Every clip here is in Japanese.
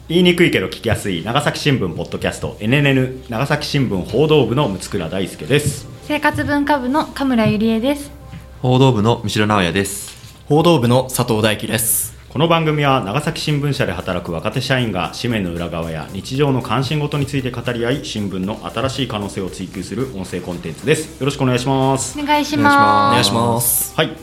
言いにくいけど聞きやすい長崎新聞ポッドキャスト NNN 長崎新聞報道部の六倉大輔です。 生活文化部の神村ゆりえです。 報道部の三代直也です。 報道部の佐藤大樹です。 この番組は長崎新聞社で働く若手社員が紙面の裏側や日常の関心事について語り合い、新聞の新しい可能性を追求する音声コンテンツです。よろしくお願いします。 お願いします。 お願いします。 はい、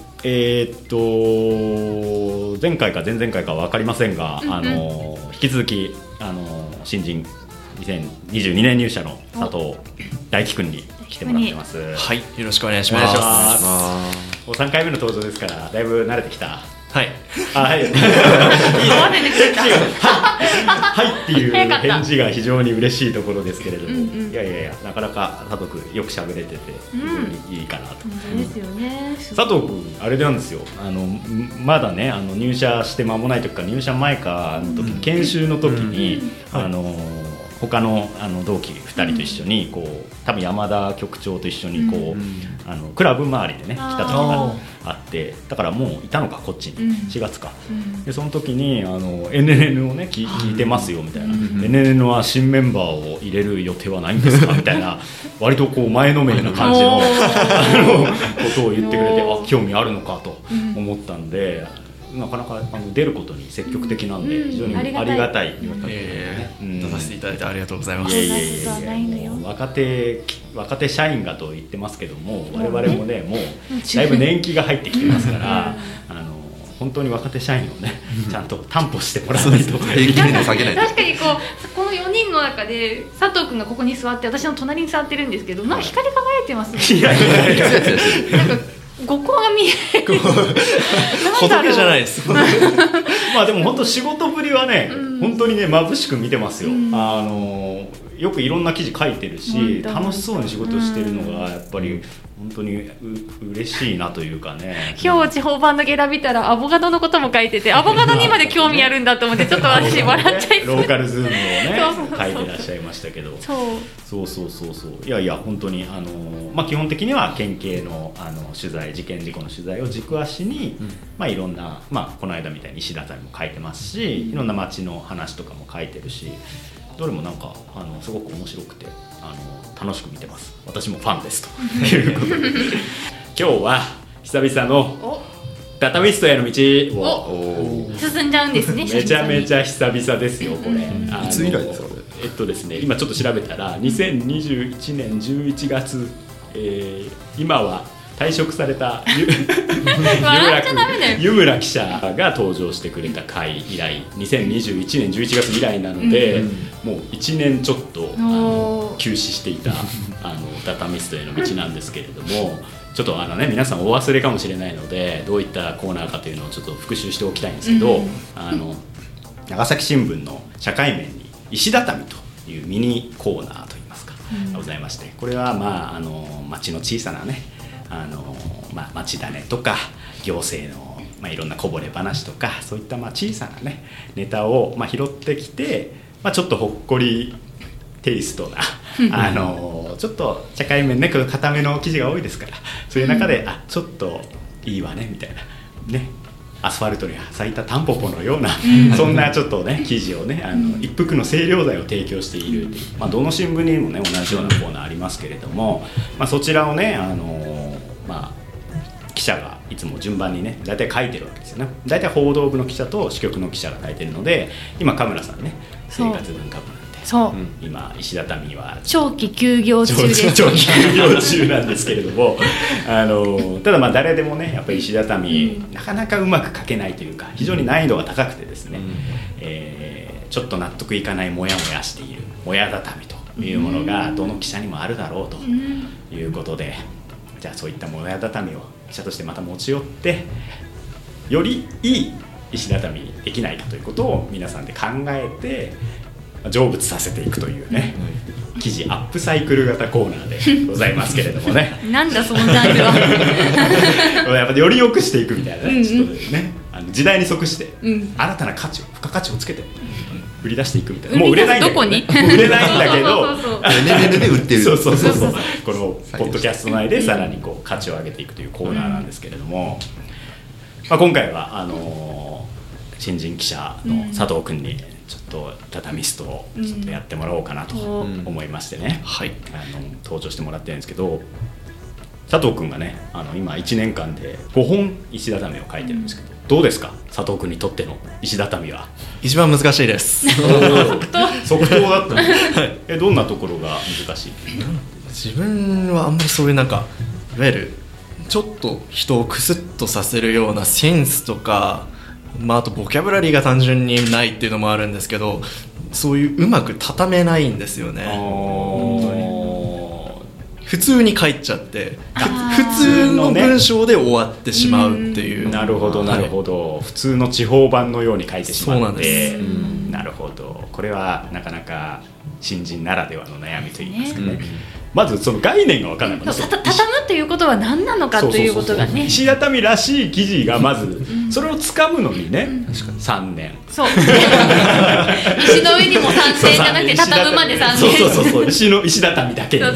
前回か前々回か分かりませんが、引き続き新人2022年入社の佐藤大樹くんに来てもらってます。 はい、よろしくお願いします。 もう3回目の登場ですからだいぶ慣れてきた。 はい。 はい。はいっていう返事が非常に嬉しいところですけれども、いやなかなか佐藤君よく喋れてて非常にいいかなと。 ですよね。 佐藤君あれなんですよ。まだね入社して間もない時か入社前かの時、研修の時に他の同期2人と一緒にこう多分山田局長と一緒にこうクラブ周りでね来た時があって、だからもういたのかこっちに4月かで、その時にNNN をね聞いてますよみたいな、NNN は新メンバーを入れる予定はないんですかみたいな割とこう前のめりな感じのことを言ってくれて、あ興味あるのかと思ったんで、なかなか出ることに積極的なんで非常にありがたい。 出させていただいてありがとうございます。 若手社員がと言ってますけども、我々もねもうだいぶ年季が入ってきてますから本当に若手社員をねちゃんと担保してもらわないと確かにこの4人の中で佐藤君がここに座って私の隣に座ってるんですけど、なんか光り輝いてますね。なんか五光が見える。 仏じゃないです。 まあでも本当仕事ぶりはね、本当にね眩しく見てますよ。よくいろんな記事書いてるし、楽しそうに仕事してるのがやっぱり本当に嬉しいなというかね。 今日地方版のゲラ見たらアボカドのことも書いてて、アボカドにまで興味あるんだと思ってちょっと私笑っちゃいそう。 ローカルズームをね書いてらっしゃいましたけど、そういや本当に基本的には県警の取材、事件事故の取材を軸足に、いろんなこの間みたいに石畳も書いてますし、いろんな街の話とかも書いてるし、どれもなんかすごく面白くて楽しく見てます。私もファンですということで今日は久々のダタミストへの道を進んじゃうんですね。 めちゃめちゃ久々ですよこれ。 いつ以来ですか？ ですね、今ちょっと調べたら2021年11月、今は退職された湯村記者が登場してくれた回以来、2021年11月以来なので、もう1年ちょっと休止していたダタミストへの道なんですけれども、ちょっと皆さんお忘れかもしれないのでどういったコーナーかというのをちょっと復習しておきたいんですけど、長崎新聞の社会面に石畳というミニコーナーといいますか、ございまして、これは町の小さなね町種とか行政の、いろんなこぼれ話とかそういった小さなねネタを拾ってきて、ちょっとほっこりテイストなちょっと社会面ね固めの記事が多いですから、そういう中でちょっといいわねみたいなね、アスファルトに咲いたタンポポのようなそんなちょっとね記事をね一服の清涼剤を提供しているという、どの新聞にもね同じようなコーナーありますけれども、そちらをね記者がいつも順番にね大体書いてるわけですよね。大体報道部の記者と支局の記者が書いてるので、今神村さんね生活文化部なんで、今石畳は長期休業中です。 長期休業中なんですけれどもただ誰でもねやっぱり石畳、なかなかうまく書けないというか非常に難易度が高くてですね、ちょっと納得いかないモヤモヤしている親畳というものがどの記者にもあるだろうということで、じゃあそういった親畳を記者としてまた持ち寄ってよりいい石畳にできないかということを皆さんで考えて成仏させていくというね、記事アップサイクル型コーナーでございますけれどもねなんだそのジャンルはやっぱより良くしていくみたいなね、ちょっとね時代に即して新たな価値を付加価値をつけて売り出していくみたいな。もう売れないんだけど、ね、売れないんだけど NNN で売ってるそうこのポッドキャスト内でさらにこう価値を上げていくというコーナーなんですけれども、今回は新人記者の佐藤君にちょっとダタミストをちょっとやってもらおうかなと思いましてね、 はい、 登場してもらってるんですけど、佐藤くんがね今1年間で5本石畳を描いてるんですけど、どうですか佐藤くんにとっての石畳は。 一番難しいです。 即答だったのどんなところが難しい？ 自分はあんまりそういうなんかいわゆるちょっと人をクスッとさせるようなセンスとか、あとボキャブラリーが単純にないっていうのもあるんですけど、そういううまく畳めないんですよね。本当に普通に書いちゃって普通の文章で終わってしまうっていう。 なるほどなるほど、はい、普通の地方版のように書いてしまって。 そうなんです。 なるほど、これはなかなか新人ならではの悩みといいますかね、まずその概念が分からないもんね。 畳むっていうことは何なのかということがね、 石畳らしい記事がまずそれをつかむのにね、3年。 そう石の上にも3年じゃなくて畳むまで3年。 そう石畳だけに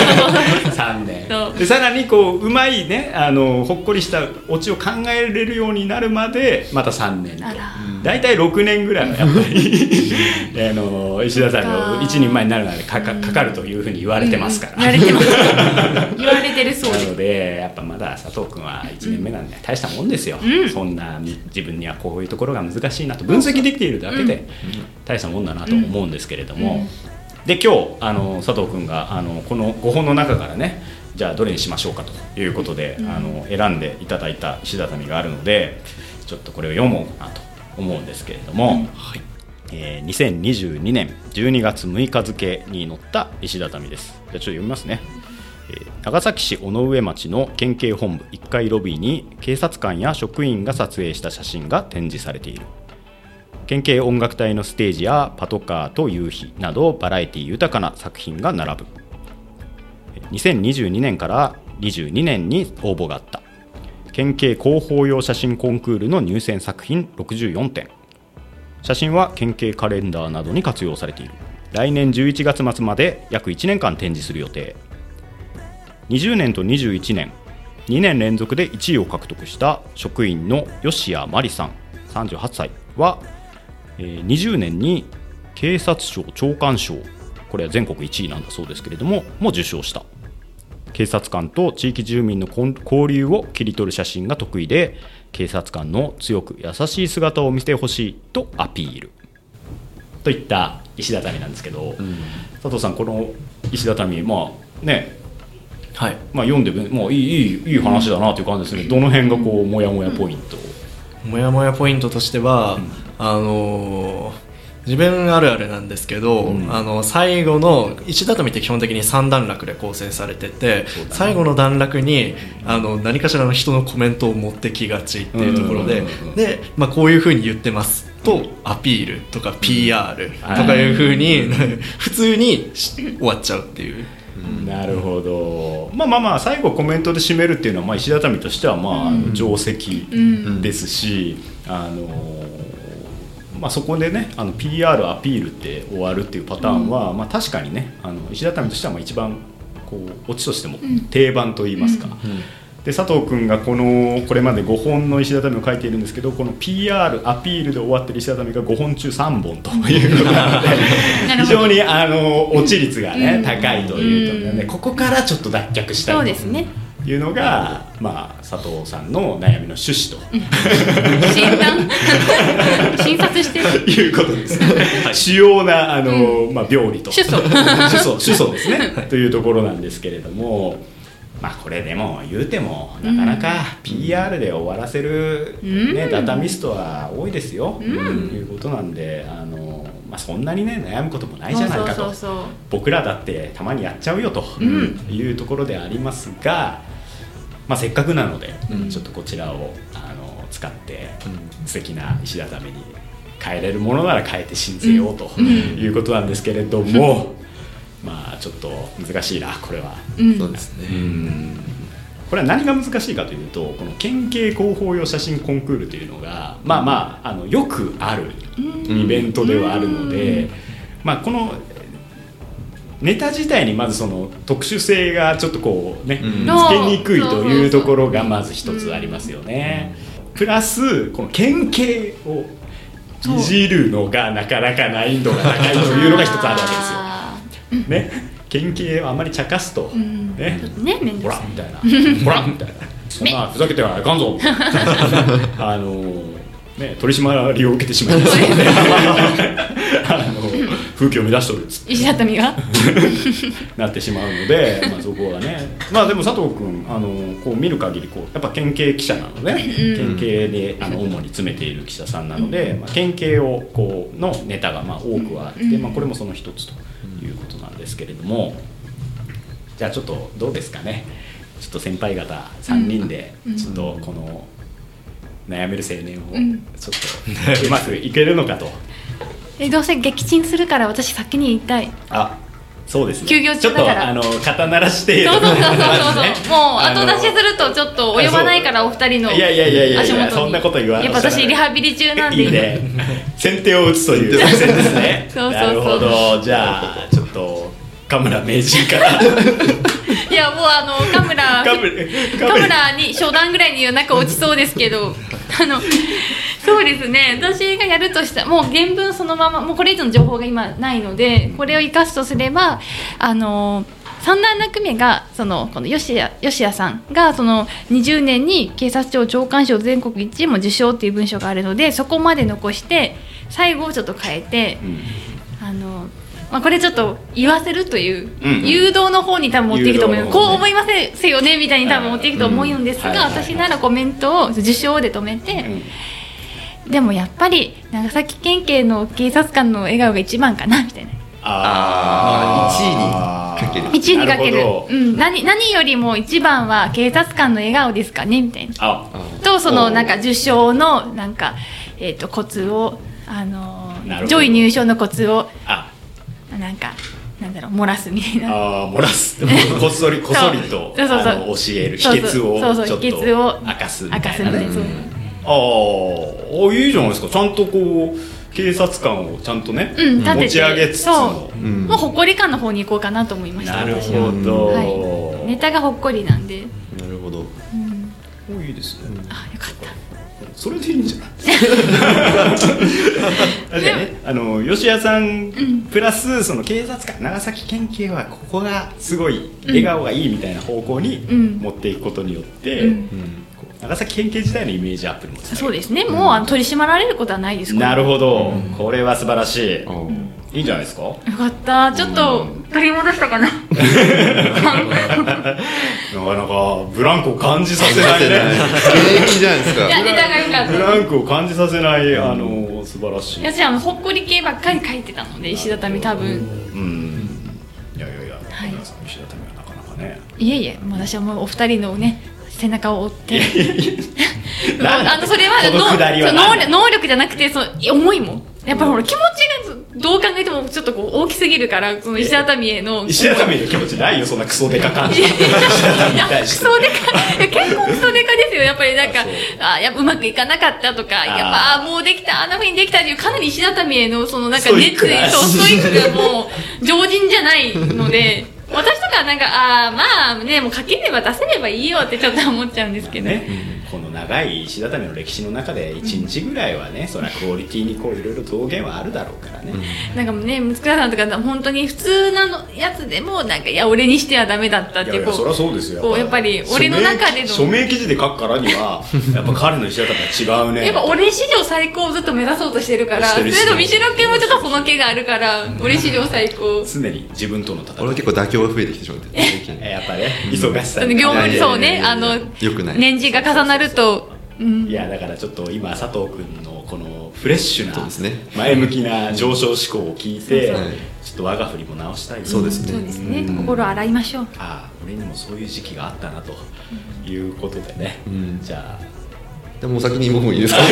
3年で、さらにこううまいねほっこりしたオチを考えれるようになるまでまた3年と、だいたい6年ぐらいはやっぱり石畳を一人前になるまでかかるというふうに言われてますから、 言われてます言われてるそうです。 なのでやっぱまだ佐藤君は1年目なんで大したもんですよ、そんな自分にはこういうところが難しいなと分析できているだけで大したもんだなと思うんですけれども、で今日佐藤君がこの5本の中からね、じゃあどれにしましょうかということで、選んでいただいた石畳があるので、ちょっとこれを読もうかなと思うんですけれども、2022年12月6日付に載った石畳です。じゃあちょっと読みますね。長崎市尾上町の県警本部1階ロビーに警察官や職員が撮影した写真が展示されている。県警音楽隊のステージやパトカーと夕日などバラエティ豊かな作品が並ぶ。2022年から22年に応募があった県警広報用写真コンクールの入選作品64点。写真は県警カレンダーなどに活用されている。来年11月末まで約1年間展示する予定。20年と21年2年連続で1位を獲得した職員の吉谷真理さん38歳は、20年に警察庁長官賞、これは全国1位なんだそうですけれども受賞した。警察官と地域住民の交流を切り取る写真が得意で、警察官の強く優しい姿を見せてほしいとアピールといった石畳なんですけど、佐藤さんこの石畳はい、 読んでいい話だなという感じですね。どの辺がこうモヤモヤポイント？ モヤモヤポイントとしては、自分あるあるなんですけど、最後の石畳って基本的に3段落で構成されてて、最後の段落に何かしらの人のコメントを持ってきがちっていうところで、こういうふうに言ってますとアピールとか PR とかいうふうに普通に終わっちゃうっていう。 なるほど。最後コメントで締めるっていうのは、石畳としては定石ですし、そこでねPR アピールって終わるっていうパターンは、確かにね石畳としては一番こうオチとしても定番といいますか、で佐藤君がこれまで5本の石畳を書いているんですけど、この PR アピールで終わってる石畳が5本中3本ということなので非常に落ち率がね、高いというとね、ここからちょっと脱却したいというのが、佐藤さんの悩みの趣旨と、 診察してるいうことですね。主要な病理と主訴ですねというところなんですけれども、これでも言うてもなかなか PR で終わらせる、ダタミストは多いですよ、ということなんでそんなにね悩むこともないじゃないかと、僕らだってたまにやっちゃうよというところでありますが、せっかくなので、ちょっとこちらを使って素敵な石畳に変えれるものなら変えて信じようということなんですけれども、ちょっと難しいなこれは。 そうですね。 これは何が難しいかというと、この県警広報用写真コンクールというのがよくあるイベントではあるので、このネタ自体にまずその特殊性がちょっとこうね、つけにくいというところがまず一つありますよね。プラスこの県警をそういじるのがなかなか難易度が高いというのが一つあるわけですよ。ね、県警はあんまり茶化すと、ね、ほらみたいな、ほらみたいな、そんなふざけてはいかんぞみたいなね、取り締まりを受けてしまいますので風紀を乱しとるっつって石畳がなってしまうので、そこはね、でも佐藤君こう見る限りこうやっぱ県警記者なので、県警で主に詰めている記者さんなので、県警をこうのネタが多くはあって、これもその一つということなんですけれども、じゃあちょっとどうですかね、ちょっと先輩方3人でちょっとこの悩める青年をちょっとうまくいけるのかと。 どうせ撃沈するから私先に言いたい。 そうですね。 休業中だからちょっと肩慣らしてそうもう後出しするとちょっと及ばないからお二人の足元に。 そんなこと言わない。 やっぱ私リハビリ中なんでいいね。先手を打つという作戦ですね。なるほど。じゃあちょっとカムラ名人からいやもうカムラに初段ぐらいになんか落ちそうですけどそうですね、私がやるとしたらもう原文そのまま、もうこれ以上の情報が今ないのでこれを生かすとすれば三段落目がこの吉谷さんがその20年に警察庁長官賞全国1位も受賞っていう文章があるので、そこまで残して最後をちょっと変えて、これちょっと言わせるという誘導の方に多分持っていくと思います、こう思いますよねみたいに多分持っていくと思うんですが、私ならコメントを受賞で止めて、でもやっぱり長崎県警の警察官の笑顔が一番かなみたいな。1位にかける、何よりも一番は警察官の笑顔ですかねみたいな。とそのなんか受賞のなんかコツを上位入賞のコツをなんだろう漏らすみたいな。 漏らすこっそりと教える秘訣をちょっと明かすみたいなね。いいじゃないですか。ちゃんとこう警察官をちゃんとね、持ち上げつつのもう誇り感の方に行こうかなと思いました。 なるほど、 ネタがほっこりなんで。 なるほど、 いいですね。 よかった。 それでいいんじゃない吉谷さんプラスその警察官、長崎県警はここがすごい笑顔がいいみたいな方向に持っていくことによって、長崎県警自体のイメージアップにもつながる。 そうですね、もう取り締まられることはないですから。 なるほど、これは素晴らしい、いいんじゃないですか。 よかった、ちょっと取り戻したかななかなかブランクを感じさせないね現役じゃないですか。 いやネタが良かった。 ブランクを感じさせない素晴らしい。 私ほっこり系ばっかり書いてたので石畳多分いや、石畳はなかなかね。 いえ私はもうお二人のね背中を追ってそれは能力じゃなくて思いもやっぱりほら気持ちがどう考えてもちょっとこう大きすぎるから、その石畳への石畳の気持ちないよ、そんなクソデカ感じ。 クソデカ結構クソデカですよ。やっぱりなんかやっぱうまくいかなかったとか、やっぱもうできた、あんな風にできたっていうかなり石畳へのそのなんか熱意とストイックがもう常人じゃないので私とかなんかまあねもう書ければ出せればいいよってちょっと思っちゃうんですけどね。 この長い石畳の歴史の中で1日ぐらいはね、そりゃクオリティにこういろいろ増減はあるだろうからね。 なんかもうね、息子さんとか本当に普通なのやつでもなんかいや俺にしてはダメだったっていう、 そりゃそうですよ。 こうやっぱり俺の中での署名記事で書くからにはやっぱ彼の石畳は違うね。 やっぱ俺史上最高をずっと目指そうとしてるからそれと三代家もちょっとその気があるから俺史上最高常に自分との戦い。 俺は結構妥協が増えてきてしまってやっぱね忙しさ業務そうねよくない年次が重なるといやだからちょっと今佐藤君のこのフレッシュな前向きな上昇志向を聞いてちょっと我が振りも直したい。 そうですね。 そうですね。心洗いましょう。 俺にもそういう時期があったなということでね。じゃあでもお先に僕もいいですか。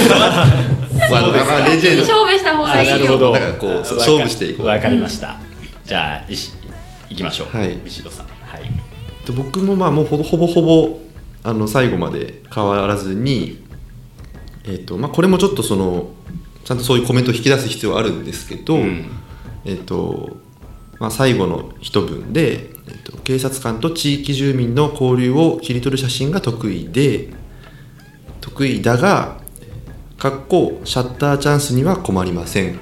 レジェンド勝負した方がいいよ。 なるほど。 だからこう勝負していこう。 わかりました。じゃあ行きましょう。 はい。 石戸さん。はい。 僕ももうほぼ最後まで変わらずに、これもちょっとちゃんとそういうコメントを引き出す必要はあるんですけど、最後の一文で、警察官と地域住民の交流を切り取る写真が得意だがかっこシャッターチャンスには困りませんみたい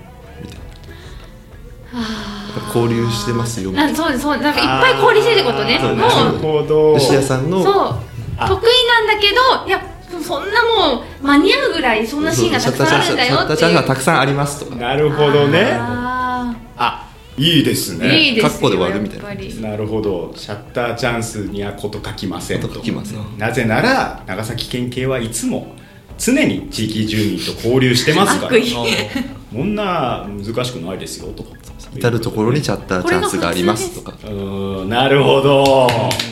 な、交流してますよみたいな。 そうですそうです。なんかいっぱい交流してるってことね。 そうもうなるほど。 吉谷さんのそう得意なんだけど、いやそんなもう間に合うぐらいそんなシーンがたくさんあるんだよっていう。 シャッターチャンスがたくさんありますとか。 なるほどね。 あいいですね。 いいですよ。 カッコで割るみたいなやっぱりなるほど。シャッターチャンスにはこと書きませんと。 こと書きません。 なぜなら長崎県警はいつも常に地域住民と交流してますから。 悪意こんな難しくないですよと。 至る所にシャッターチャンスがありますとか。 なるほど。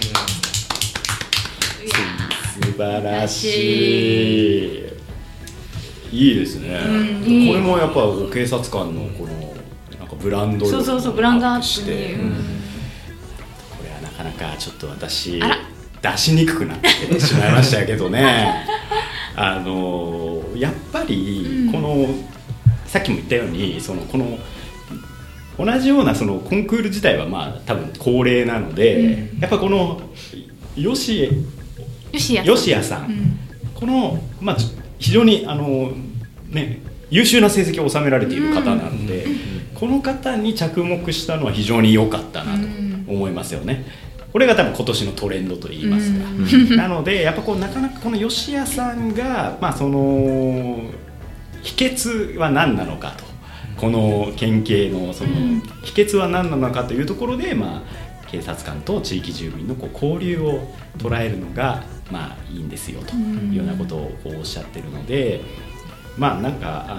素晴らしい。いいですね。 いいこれもやっぱ警察官のこのなんかブランド力そうブランドアップして、 に、 これはなかなかちょっと私あら出しにくくなってしまいましたけどね。やっぱりこの、さっきも言ったようにこの同じようなそのコンクール自体はまあ多分恒例なので、やっぱこの吉谷さん、この、まあ、非常に優秀な成績を収められている方なので、この方に着目したのは非常に良かったなと思いますよね。これが多分今年のトレンドといいますか、なのでやっぱこうなかなかこの吉谷さんが、まあ、その秘訣は何なのかと、この県警のその秘訣は何なのかというところで、まあ、警察官と地域住民のこう交流を捉えるのがまあいいんですよというようなことをこうおっしゃってるので、まあなんか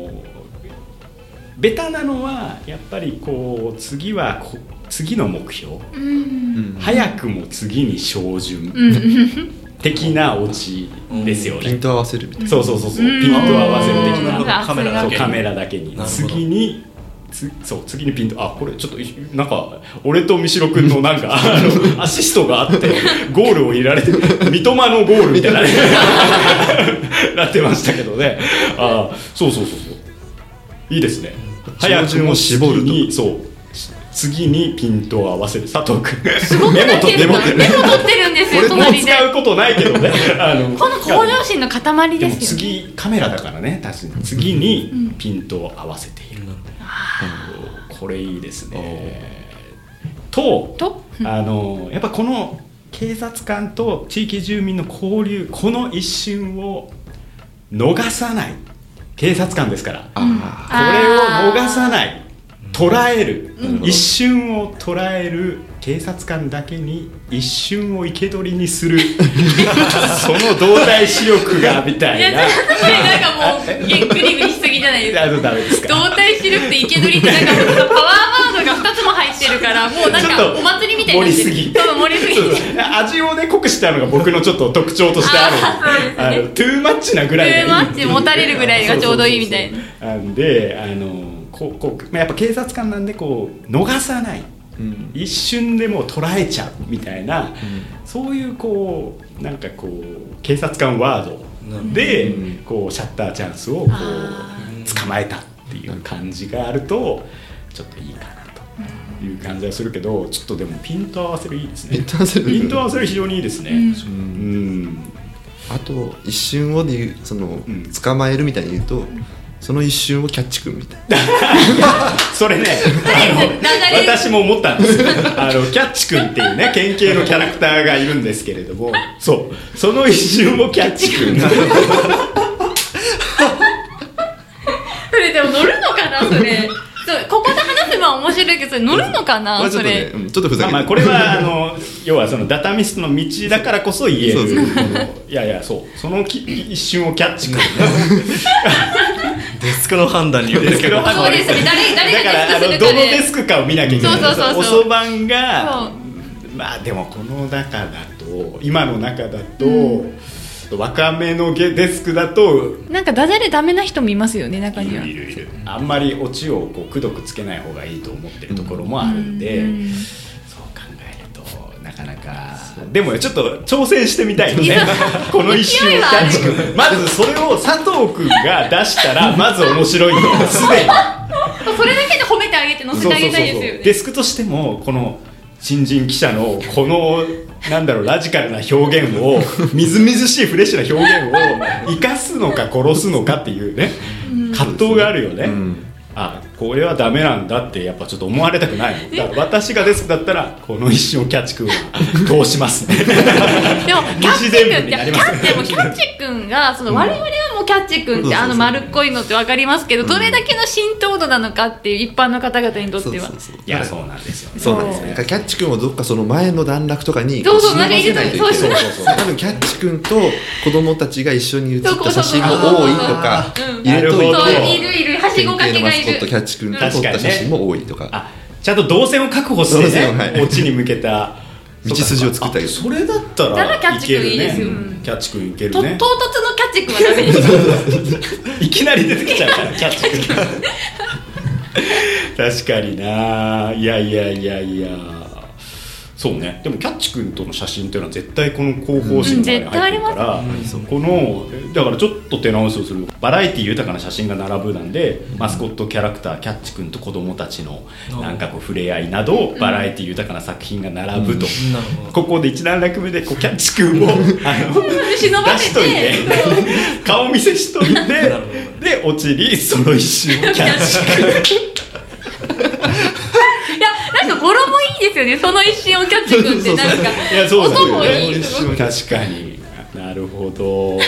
ベタなのはやっぱりこう次の目標、早くも次に照準的なオチですよね。 ピント合わせるみたいな。 そうピント合わせる的な、 カメラだけに次にピント、これちょっとなんか俺と三代くんのなんかアシストがあってゴールを入れられて三笘のゴールみたいななってましたけどね。そういいですね。早くも絞るに次にピントを合わせる佐藤君メモ取ってるんですよ。 これもう使うことないけどね。 この向上心の塊ですよね。 次カメラだからね、確かに次にピントを合わせている、これいいですね。とやっぱこの警察官と地域住民の交流、この一瞬を逃さない警察官ですから、これを逃さない、捉える、一瞬を捉える警察官だけに一瞬を生け捕りにするその動体視力がみたいな。 なんかもうグリグリしすぎじゃないですか。 ダメですか。 動体視力と生け捕りってなんかもうパワーワードが2つも入ってるからもうなんかお祭りみたいになってる。盛りすぎ味をね濃くしたのが僕のちょっと特徴としてある。トゥーマッチなぐらいがいい。 トゥーマッチ持たれるぐらいがちょうどいいみたいな。 なんでやっぱ警察官なんでこう逃さない、一瞬でもう捉えちゃうみたいな、そういうこうなんかこう警察官ワードでこうシャッターチャンスをこう捕まえたっていう感じがあるとちょっといいかなという感じはするけど、ちょっとでもピント合わせるいいですね。ピント合わせる非常にいいですね。 あと一瞬をでいうその捕まえるみたいに言うと、その一瞬をキャッチ君みたいなそれね私も思ったんですキャッチ君っていうね県警のキャラクターがいるんですけれども、その一瞬をキャッチ君それでも乗るのかなそれここで話せば面白いけどそれ乗るのかな、それちょっとふざけて、 これは要はそのダタミストの道だからこそ言えるいやその一瞬をキャッチ君デスクの判断によってそうですね、誰がデスクするかで、 どのデスクかを見なきゃいけない。 そう遅番がまあでもこの中だと今の中だと、若めのデスクだとなんかダジャレダメな人もいますよね、中には。 いるあんまりオチをこうくどくつけない方がいいと思ってるところもあるんで、そう考えるとなかなかでもちょっと挑戦してみたいよねこの一瞬をキャッチ君まずそれを佐藤君が出したらまず面白いんだよすでにそれだけで褒めてあげて載せてあげたいですよね。 デスクとしてもこの新人記者のこのなんだろうラジカルな表現をみずみずしいフレッシュな表現を生かすのか殺すのかっていうね、葛藤があるよね、あ、これはダメなんだってやっぱちょっと思われたくないの。だから私がデスクだったらこの一瞬をキャッチ君は通しますね。 でもキャッチ君ってでもキャッチ君がその我々はもうキャッチ君って丸っこいのって分かりますけど、どれだけの浸透度なのかっていう一般の方々にとっては、 いやそうなんですよね。 そうなんですね。キャッチ君をどっかその前の段落とかにそうなんか忍ばせないといけない。そう多分キャッチ君と子供たちが一緒に写った写真も多いとか入れといて、 いるはしご掛けがいる。 キャッチ君と撮った写真も多いとか、 あ、ちゃんと動線を確保してね、オチに向けた道筋を作ったり。 それだったらいけるね。キャッチ君いけるね。 唐突のキャッチ君はダメです。 いきなり出てきちゃうからキャッチ君。確かにな。いやそうね。でもキャッチ君との写真っていうのは絶対この広報誌の中に入ってるから、このだからちょっと手直しをするバラエティ豊かな写真が並ぶなんで、マスコットキャラクターキャッチ君と子供たちのなんかこう触れ合いなど、バラエティ豊かな作品が並ぶと、ここで一段落目でこうキャッチ君を出しといて顔見せしといてでオチにその一瞬をキャッチ君。 なんか語呂もいいですよね。その一瞬をキャッチ君ってなんかいやそうですよね。 音もいい。 確かに。なるほど。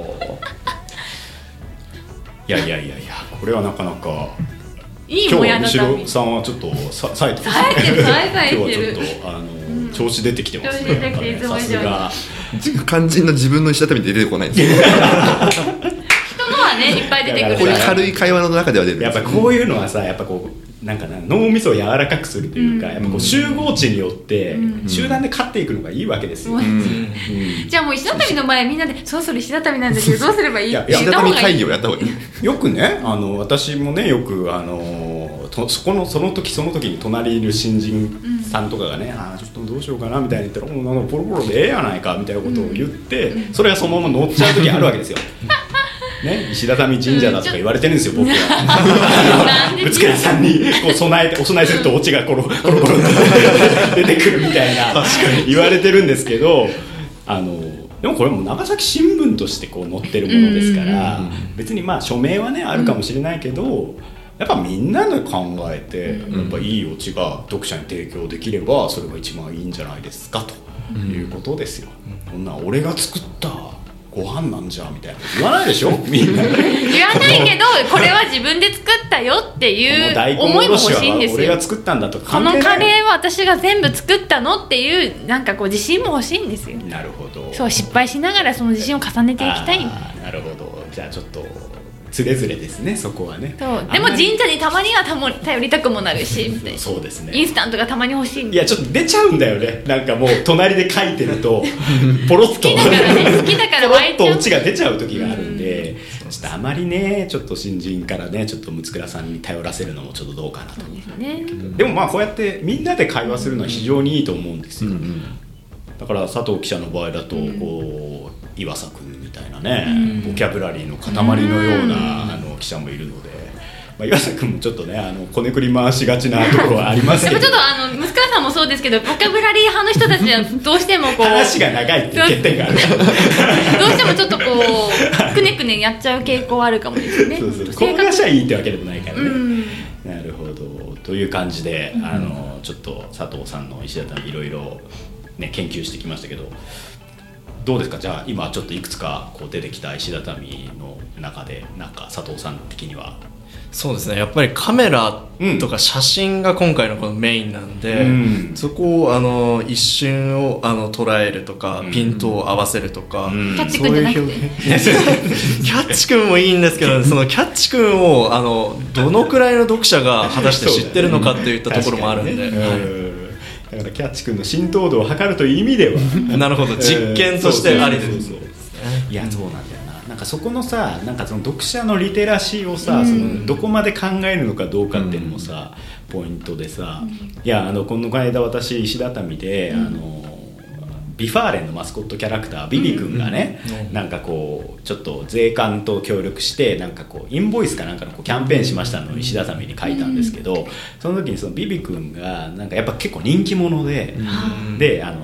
いやこれはなかなかいいもや今日だった。 後ろさんはちょっと冴えてますね。 冴えてる今日はちょっと調子出てきてますね。 調子出てきていつも以上にさすが肝心な自分の石畳で出てこないんですよ。 人のはねいっぱい出てくる。 こういう軽い会話の中では出るんでやっすよ。 ぱこういうのはさ、やっぱこうなんか脳みそを柔らかくするというか、やっぱこう集合値によって集団で勝っていくのがいいわけですよ。 じゃあもう石畳の前みんなでそろそろ石畳なんだけどどうすればいいって石言った方がいい。 畳会議をやった方がいい。 よくね、私もねよくその時に隣にいる新人さんとかがね、ちょっとどうしようかなみたいに言ったら、もうポロポロでええやないかみたいなことを言って、それがそのまま乗っちゃう時あるわけですよ。ね、石畳神社だとか言われてるんですよ、僕は。ぶつけさんにこうお供えするとオチがコロコロコロって出てくるみたいな言われてるんですけど、でもこれも長崎新聞としてこう載ってるものですから、別にまあ署名はねあるかもしれないけど、やっぱみんなで考えて、やっぱいいオチが読者に提供できればそれが一番いいんじゃないですかということですよ。こんな俺が作ったご飯なんじゃみたいな言わないでしょみんな。 言わないけどこれは自分で作ったよっていう思いも欲しいんですよ。 俺が作ったんだとかこのカレーは私が全部作ったのっていうなんかこう自信も欲しいんですよ。 なるほど。 そう失敗しながらその自信を重ねていきたい。 なるほど。じゃあちょっとつれづれですね、そこはね。 そうでも神社にたまには頼りたくもなるしみたいな。 そうですね。 インスタントがたまに欲しいんで。 いやちょっと出ちゃうんだよね。なんかもう隣で書いてるとポロッと好きだから湧いちゃう。 ポロッとオチが出ちゃう時があるんで、ちょっとあまりねちょっと新人からねちょっと六倉さんに頼らせるのもちょっとどうかなと。 そうですね。 でもまあこうやってみんなで会話するのは非常にいいと思うんですよ。だから佐藤記者の場合だとこう岩佐君みたいなね、ボキャブラリーの塊のような記者もいるので、岩佐君もちょっとねこねくり回しがちなところはありますけど、 ちょっと息子さんもそうですけどボキャブラリー派の人たちはどうしてもこう話が長いっていう欠点がある。 どうしてもちょっとこうくねくねやっちゃう傾向はあるかもですね。 そうこの話はいいってわけでもないからね。なるほど。という感じでちょっと佐藤さんの石畳いろいろね研究してきましたけど、どうですか。じゃあ今ちょっといくつかこう出てきた石畳の中でなんか佐藤さん的には。 そうですね、やっぱりカメラとか写真が今回のこのメインなんで、そこを一瞬を捉えるとか、ピントを合わせるとか、 キャッチ君じゃなくてキャッチ君もいいんですけど、そのキャッチ君をどのくらいの読者が果たして知ってるのかっていったところもあるんで、 だからキャッチ君の浸透度を測るという意味ではなるほど、実験としてありです。 いやそうなんだよな。なんかそこのさ、なんかその読者のリテラシーをさ、そのどこまで考えるのかどうかっていうのもさ、ポイントでさ、いやこの間私石畳でビファーレンのマスコットキャラクタービビ君がね、なんかこうちょっと税関と協力してなんかこうインボイスかなんかのこうキャンペーンしましたのを石畳に書いたんですけど、その時にそのビビ君がなんかやっぱ結構人気者で、でフ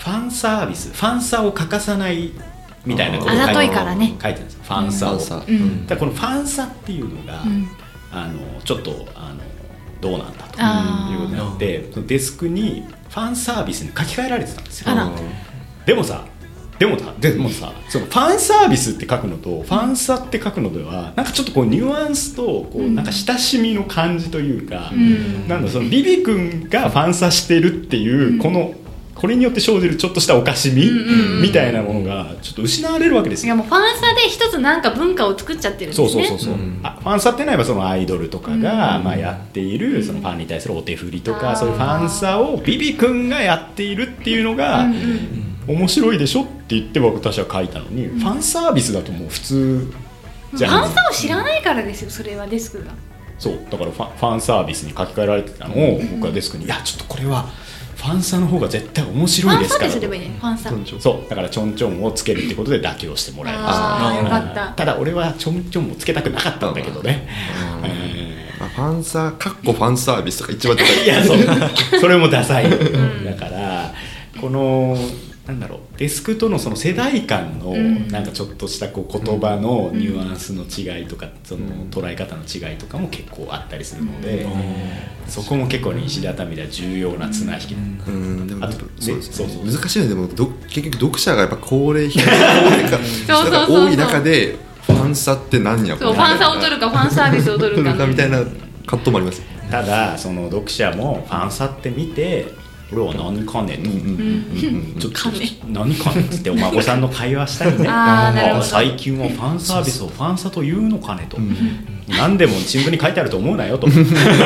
ァンサービス、ファンサを欠かさないみたいなことをあざといからね書いてるんです。ファンサを、だからこのファンサっていうのが、ちょっとどうなんだということになって、デスクにファンサービスに書き換えられてたんですよ。でもさそのファンサービスって書くのとファンサって書くのではなんかちょっとこうニュアンスとこうなんか親しみの感じというか、なんだそのビビ君がファンサしてるっていうこれによって生じるちょっとしたおかしみみたいなものがちょっと失われるわけですよ。 いやもうファンサで一つなんか文化を作っちゃってるんですね。 そう、ファンサってのはそのアイドルとかがまあやっているそのファンに対するお手振りとか、そういうファンサをビビ君がやっているっていうのが面白いでしょって言って私は書いたのに、ファンサービスだともう普通じゃん。 ファンサを知らないからですよ、それはデスクが。そうだからファンサービスに書き換えられてたのを僕はデスクに、いやちょっとこれはファンサの方が絶対面白いですから、 ファンサですればいいね、ファンサ。 そうだからちょんちょんをつけるってことで妥協してもらいました。 よかった。 ただ俺はちょんちょんをつけたくなかったんだけどね。 ファンサかっこファンサービスとか一番高い。 いやそれもダサい。だからこのなんだろう、デスクとのその世代間のなんかちょっとしたこう言葉のニュアンスの違いとか、その捉え方の違いとかも結構あったりするので、そこも結構ね石畳では重要な綱引き。 でもそう難しいね。でも結局読者がやっぱ高齢化が多い中でファンサって何や、 そうファンサを取るかファンサービスを取るかみたいな葛藤もあります。 ただその読者もファンサって見て、俺は何かねと、ちょっと何かねってお孫さんの会話したりね最近はファンサービスをファンサというのかねと、何でも新聞に書いてあると思うなよと。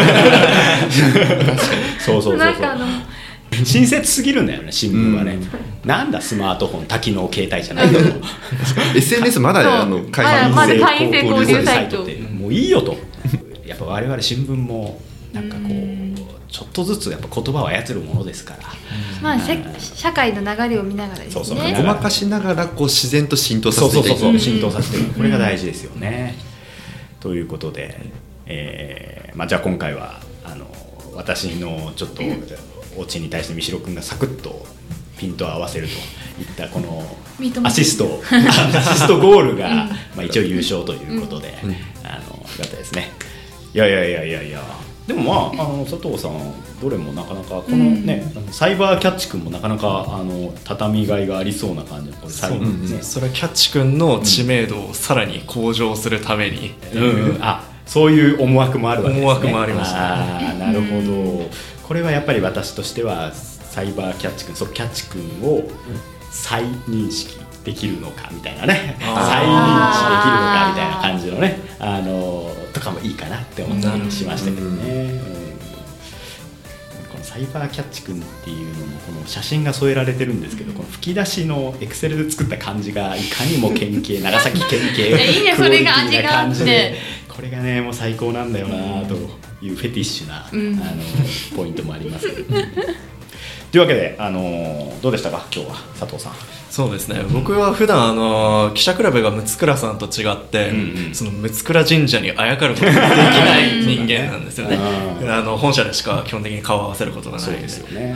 そうなんか親切すぎるんだよね新聞はね。なんだスマートフォン多機能携帯じゃないけど SNS まだ会員制交流サイトってもういいよと。やっぱ我々新聞もなんかこうちょっとずつやっぱ言葉を操るものですから、 まあ社会の流れを見ながらですね。 ごまかしながらこう自然と浸透させていく。 浸透させていく、これが大事ですよね。ということで、じゃあ今回は私のちょっとオチに対して三代君がサクッとピントを合わせるといったこのアシストゴールが一応優勝ということで、よかったですね。いやでも佐藤さんどれもなかなかこのね、サイバーキャッチ君もなかなか畳みがいがありそうな感じ。これ最後にね、 それはキャッチ君の知名度をさらに向上するために、 そういう思惑もあるわけですね。 思惑もありました。 なるほど。これはやっぱり私としてはサイバーキャッチ君、キャッチ君を再認識できるのかみたいなね、再認識できるのかみたいな感じのね、とかもいいかなって思ったりしましたけどね。このサイバーキャッチ君っていうのもこの写真が添えられてるんですけど、この吹き出しのエクセルで作った感じがいかにも県警長崎県警いいね、それが味があって、 これがねもう最高なんだよなというフェティッシュなポイントもありますけど、というわけでどうでしたか今日は佐藤さん。 そうですね、僕は普段記者クラブが六倉さんと違って、その六倉神社にあやかることができない人間なんですよね。本社でしか基本的に顔を合わせることがないですよね。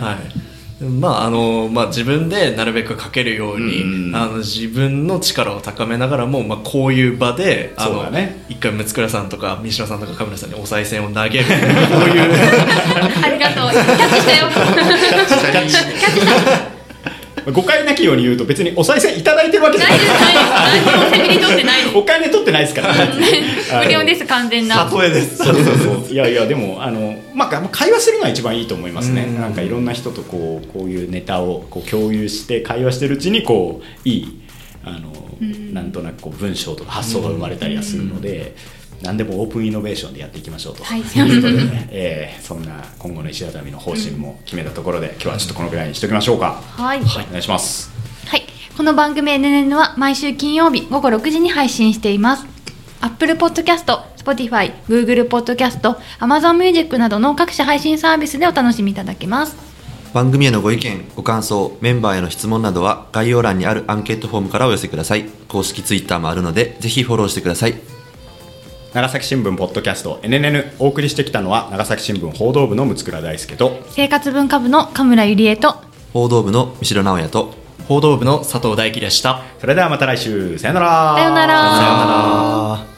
自分でなるべく書けるように、自分の力を高めながらも、こういう場で一回六倉さんとか三代さんとか神村さんにお賽銭を投げる、こういうありがとう、キャッチしたよ。キャッチした誤解なきように言うと別にお賽銭いただいてるわけじゃないです。 何も責任取ってないです。 お金取ってないですからね。 無料です、完全な。 例えです。 いやでも会話するのは一番いいと思いますね。なんかいろんな人とこういうネタをこう共有して会話してるうちにこういいなんとなくこう文章とか発想が生まれたりはするので。何でもオープンイノベーションでやっていきましょうということでね、そんな今後の石畳の方針も決めたところで、今日はちょっとこのぐらいにしておきましょうか。 はい、 お願いします。 はい、この番組 NNN は毎週金曜日午後6時に配信しています。Apple Podcast、Spotify、Google Podcast、Amazon Music などの各種配信サービスでお楽しみいただけます。 番組へのご意見、ご感想、メンバーへの質問などは概要欄にあるアンケートフォームからお寄せください。公式 Twitter もあるのでぜひフォローしてください。 長崎新聞ポッドキャスト NNN、 お送りしてきたのは長崎新聞報道部の六倉大輔と生活文化部の神村ゆりえと報道部の三代直也と報道部の佐藤大樹でした。 それではまた来週、さよなら。 さよなら。 さよなら。